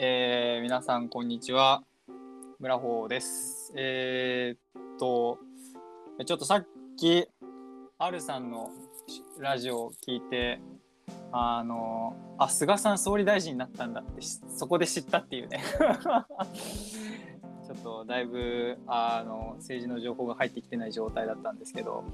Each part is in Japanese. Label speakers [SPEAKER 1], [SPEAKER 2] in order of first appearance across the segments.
[SPEAKER 1] 皆さんこんにちは。村穂です。ちょっとさっきあるさんのラジオを聞いて、菅さん総理大臣になったんだってそこで知ったっていうね。ちょっとだいぶ政治の情報が入ってきてない状態だったんですけど、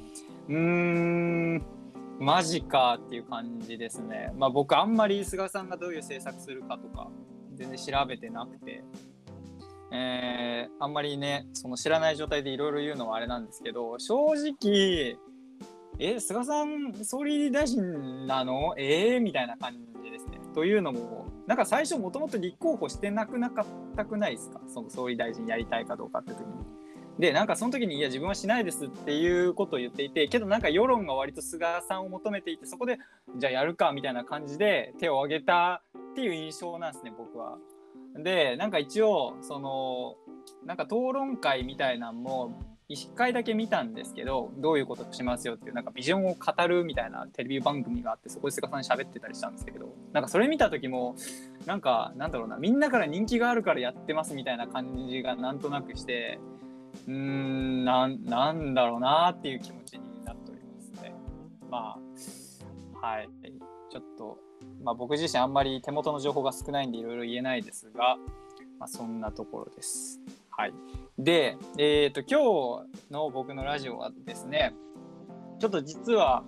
[SPEAKER 1] マジかっていう感じですね。僕あんまり菅さんがどういう政策するかとか全然調べてなくて、あんまりねその知らない状態でいろいろ言うのはあれなんですけど、正直菅さん総理大臣なのみたいな感じですね。というのもなんか最初もともと立候補してなかったくないですか、その総理大臣やりたいかどうかって時に。でなんかその時にいや自分はしないですっていうことを言っていて、けどなんか世論が割と菅さんを求めていて、そこでじゃあやるかみたいな感じで手を挙げたっていう印象なんですね、僕は。でなんか一応そのなんか討論会みたいなのも1回だけ見たんですけど、どういうことしますよっていうなんかビジョンを語るみたいなテレビ番組があって、そこで菅さん喋ってたりしたんですけど、なんかそれ見た時もなんかなんだろうな、みんなから人気があるからやってますみたいな感じがなんとなくして、なんだろうなっていう気持ちになっておりますね。はい、ちょっと僕自身あんまり手元の情報が少ないんでいろいろ言えないですが、そんなところです。はい。で、今日の僕のラジオはですね、ちょっと実は、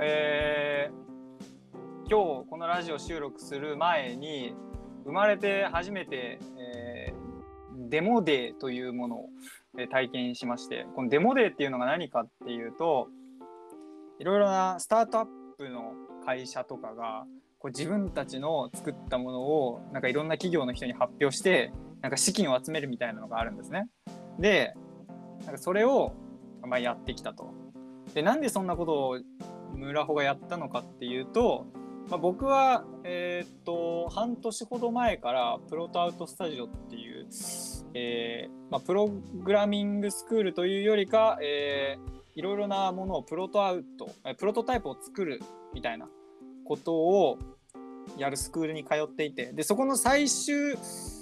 [SPEAKER 1] 今日このラジオ収録する前に生まれて初めて、デモデーというものを体験しまして、このデモデーっていうのが何かっていうと、いろいろなスタートアップの会社とかがこう自分たちの作ったものをなんかいろんな企業の人に発表してなんか資金を集めるみたいなのがあるんですね。でなんかそれをやってきたと。でなんでそんなことを村穂がやったのかっていうと、僕は半年ほど前からプロトアウトスタジオっていう、プログラミングスクールというよりか、いろいろなものをプロトタイプを作るみたいなことをやるスクールに通っていて、でそこの最終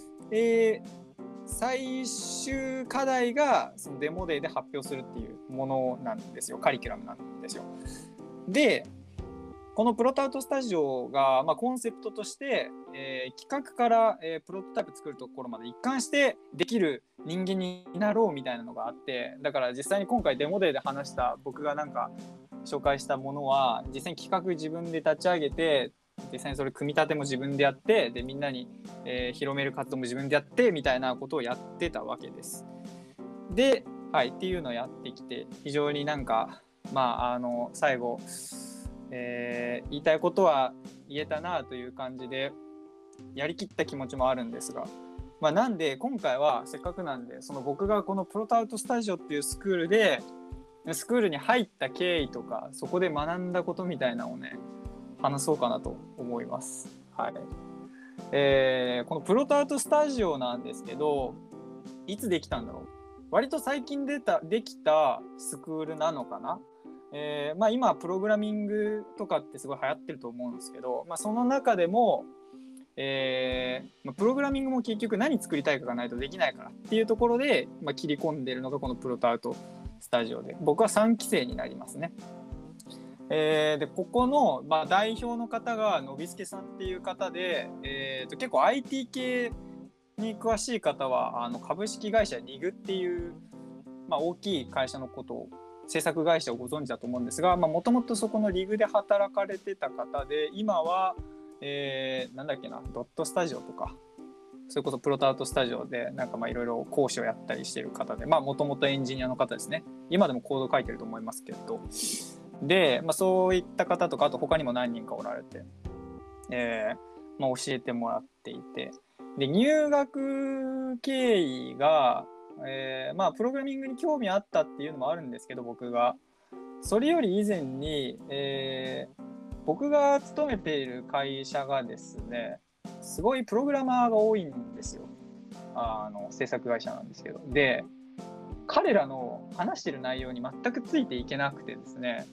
[SPEAKER 1] 課題がそのデモデーで発表するっていうものなんですよ。カリキュラムなんですよ。でこのプロトアウトスタジオが、コンセプトとして、企画から、プロトタイプ作るところまで一貫してできる人間になろうみたいなのがあって、だから実際に今回デモデーで話した僕がなんか紹介したものは実際に企画自分で立ち上げて、実際にそれ組み立ても自分でやって、でみんなに、広める活動も自分でやってみたいなことをやってたわけです。で、はい、っていうのをやってきて、非常になんか最後言いたいことは言えたなという感じでやりきった気持ちもあるんですが、なんで今回はせっかくなんで、その僕がこのプロトアウトスタジオっていうスクールに入った経緯とか、そこで学んだことみたいなのをね話そうかなと思います。はい。このプロトアウトスタジオなんですけど、いつできたんだろう。割と最近できたスクールなのかな。今プログラミングとかってすごい流行ってると思うんですけど、その中でも、プログラミングも結局何作りたいかがないとできないからっていうところで、切り込んでるのがこのプロトアウトスタジオで、僕は3期生になりますね。でここの、代表の方がのびすけさんっていう方で、結構 IT 系に詳しい方は株式会社リグっていう、大きい会社のことを制作会社をご存知だと思うんですが、もともとそこのリグで働かれてた方で、今は、なんだっけな、ドットスタジオとかそれこそプロトアウトスタジオでなんかいろいろ講師をやったりしている方で、もともとエンジニアの方ですね。今でもコード書いてると思いますけど、で、そういった方とか、あと他にも何人かおられて、教えてもらっていて、で入学経緯が、プログラミングに興味あったっていうのもあるんですけど、僕がそれより以前に、僕が勤めている会社がですね、すごいプログラマーが多いんですよ。制作会社なんですけど、で彼らの話してる内容に全くついていけなくてですね、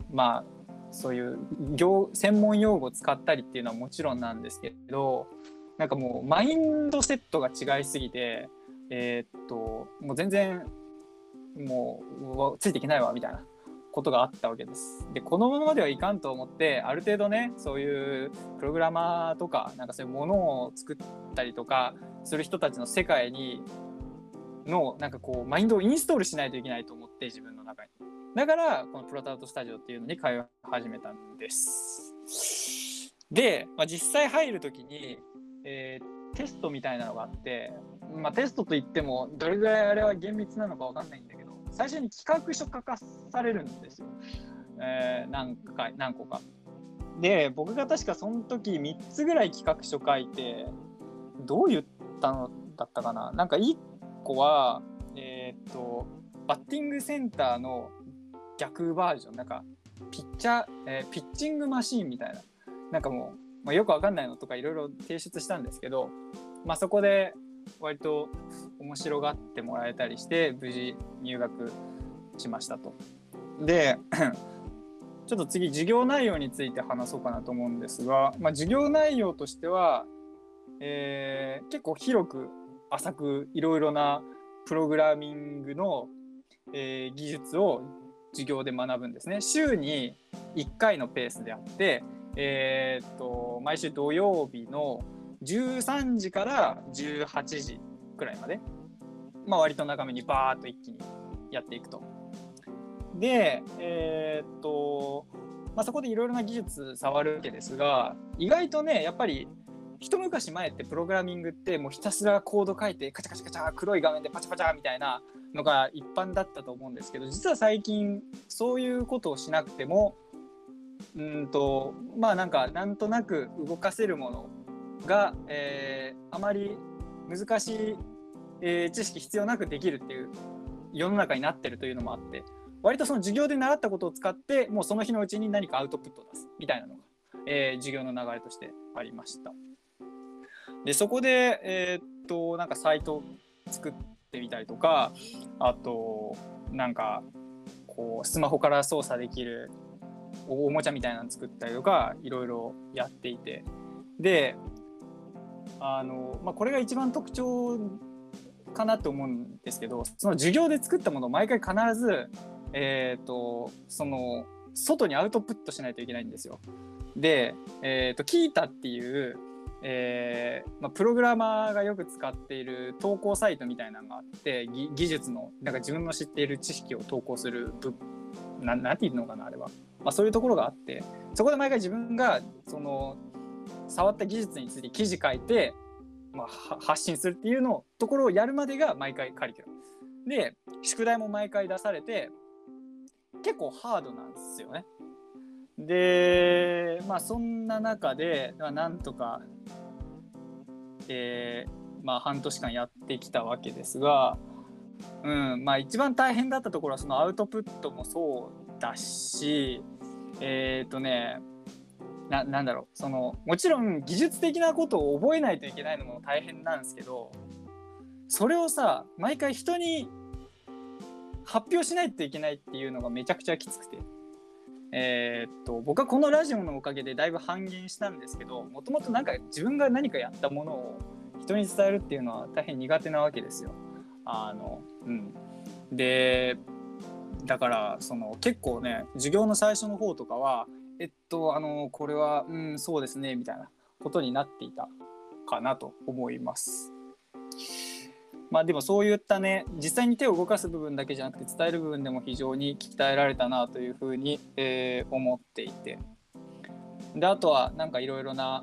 [SPEAKER 1] そういう専門用語を使ったりっていうのはもちろんなんですけど、 なんかもうマインドセットが違いすぎて、もう全然もうついていけないわみたいなことがあったわけです。でこのままではいかんと思って、ある程度ね、そういうプログラマーとかなんかそういうものを作ったりとかする人たちの世界にのなんかこうマインドをインストールしないといけないと思って、自分の中に。だからこのプロトアウトスタジオっていうのに通い始めたんです。で、実際入る時に、テストみたいなのがあって、テストといってもどれぐらいあれは厳密なのか分かんないんだけど、最初に企画書書かされるんですよ、何個か。で僕が確かその時3つぐらい企画書書いて、どう言ったのだったかな。なんか1個はバッティングセンターの逆バージョン、なんかピッチングマシーンみたいな、なんかもう、よくわかんないのとかいろいろ提出したんですけど、そこで割と面白がってもらえたりして無事入学しましたと。でちょっと次授業内容について話そうかなと思うんですが、授業内容としては、結構広く浅くいろいろなプログラミングの、技術を授業で学ぶんですね。週に1回のペースであって、毎週土曜日の13時から18時くらいまで、割と長めにバーッと一気にやっていくと。で、そこでいろいろな技術触るわけですが、意外とねやっぱり一昔前ってプログラミングってもうひたすらコード書いてカチャカチャカチャ黒い画面でパチャパチャみたいなのが一般だったと思うんですけど、実は最近そういうことをしなくてもなんとなく動かせるものが、あまり難しい、知識必要なくできるっていう世の中になってるというのもあって、割とその授業で習ったことを使ってもうその日のうちに何かアウトプットを出すみたいなのが、授業の流れとしてありました。でそこで、なんかサイト作ってみたりとか、あとなんかこうスマホから操作できるおもちゃみたいなの作ったりとかいろいろやっていて、でこれが一番特徴かなと思うんですけど、その授業で作ったものを毎回必ず、その外にアウトプットしないといけないんですよ。で、キータっていう、プログラマーがよく使っている投稿サイトみたいなのがあって、技術のなんか自分の知っている知識を投稿するなんていうのかなあれは、そういうところがあって、そこで毎回自分がその触った技術について記事書いて、発信するっていうところをやるまでが毎回カリキュラムで、宿題も毎回出されて結構ハードなんですよね。でそんな中でなんとか、半年間やってきたわけですが、一番大変だったところはそのアウトプットもそうだし、なんだろう、そのもちろん技術的なことを覚えないといけないのも大変なんですけど、それをさ毎回人に発表しないといけないっていうのがめちゃくちゃきつくて、僕はこのラジオのおかげでだいぶ半減したんですけど、もともとなんか自分が何かやったものを人に伝えるっていうのは大変苦手なわけですよ。でだからその結構ね授業の最初の方とかはこれはそうですねみたいなことになっていたかなと思います。でもそういったね実際に手を動かす部分だけじゃなくて伝える部分でも非常に鍛えられたなというふうに、思っていて、であとはなんかいろいろな、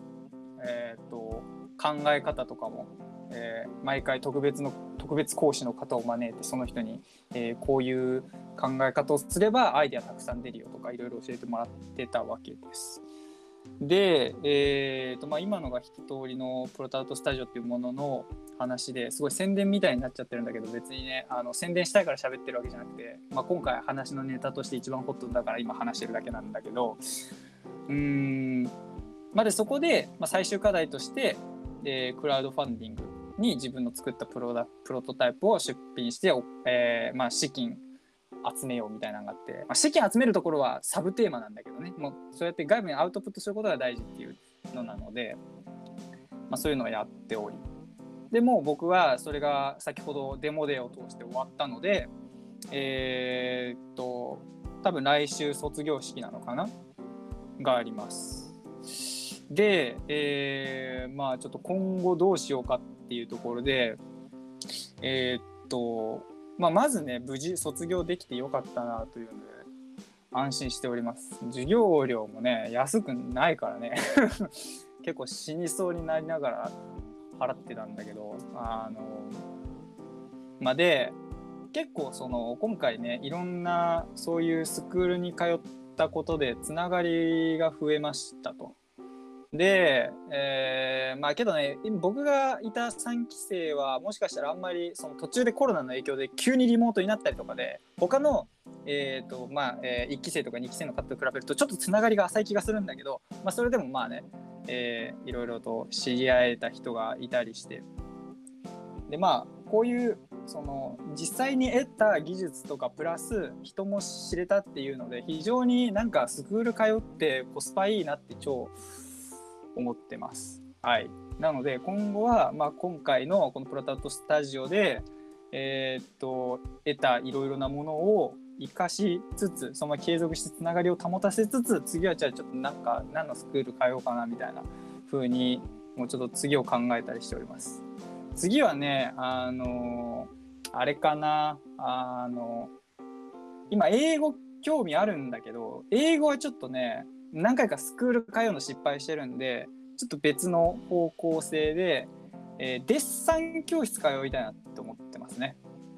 [SPEAKER 1] 考え方とかも、毎回特別講師の方を招いてその人に、こういう考え方をすればアイデアたくさん出るよとかいろいろ教えてもらってたわけです。で、今のが一通りのプロトアウトスタジオっていうものの話ですごい宣伝みたいになっちゃってるんだけど、別にね宣伝したいから喋ってるわけじゃなくて、今回話のネタとして一番ホットだから今話してるだけなんだけど、でそこで、最終課題として、クラウドファンディングに自分の作ったプロトタイプを出品して、資金集めようみたいなのがあって、資金集めるところはサブテーマなんだけどね、もうそうやって外部にアウトプットすることが大事っていうのなので、 そういうのをやっており、でも僕はそれが先ほどデモデーを通して終わったので、多分来週卒業式なのかながあります。で、ちょっと今後どうしようかっていうところで、まずね、無事卒業できてよかったなというので安心しております。授業料もね、安くないからね結構死にそうになりながら払ってたんだけど、で結構今回ね、いろんなそういうスクールに通ったことでつながりが増えましたと。で、けどね、僕がいた3期生はもしかしたらあんまり途中でコロナの影響で急にリモートになったりとかで、他の、1期生とか2期生の方と比べるとちょっとつながりが浅い気がするんだけど、それでもいろいろと知り合えた人がいたりして、でこういう実際に得た技術とかプラス人も知れたっていうので、非常になんかスクール通ってコスパいいなって超思ってます。はい。なので今後は、今回のこのプロタウトスタジオで、得たいろいろなものを生かしつつ、その継続してつながりを保たせつつ、次はじゃあちょっと何のスクール通おうかなみたいな風にもうちょっと次を考えたりしております。次はね、あれかな、今英語興味あるんだけど、英語はちょっとね、何回かスクール通うの失敗してるんで、ちょっと別の方向性で、デッサン教室通いたいなって思ってますね。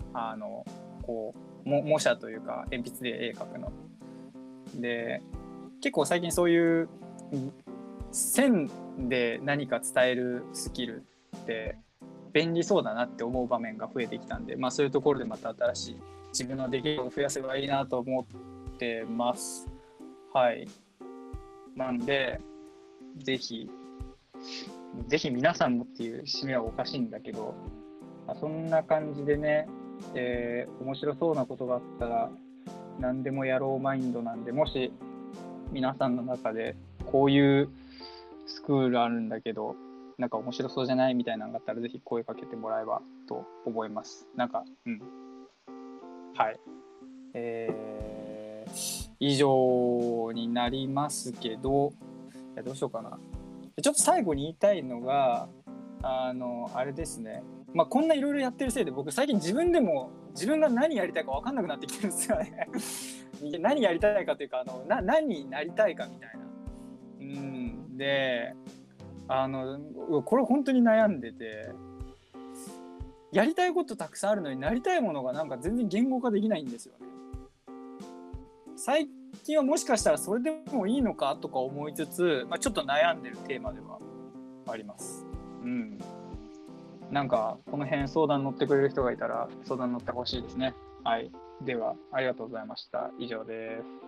[SPEAKER 1] 模写というか鉛筆で絵描くので、結構最近そういう線で何か伝えるスキルって便利そうだなって思う場面が増えてきたんで、そういうところでまた新しい自分のできることを増やせばいいなと思ってます。はい。なんでぜひ皆さんもっていう締めはおかしいんだけど、そんな感じでね、面白そうなことがあったら何でもやろうマインドなんで、もし皆さんの中でこういうスクールあるんだけどなんか面白そうじゃないみたいなのがあったらぜひ声かけてもらえばと思います。はい、以上になりますけど、どうしようかな。ちょっと最後に言いたいのがあれですね、こんないろいろやってるせいで僕最近自分が何やりたいか分かんなくなってきてるんですよね何やりたいかというか何になりたいかみたいな。でこれ本当に悩んでて、やりたいことたくさんあるのになりたいものがなんか全然言語化できないんですよね。最近はもしかしたらそれでもいいのかとか思いつつ、ちょっと悩んでるテーマではあります。なんかこの辺相談乗ってくれる人がいたら相談乗ってほしいですね。はい。ではありがとうございました。以上です。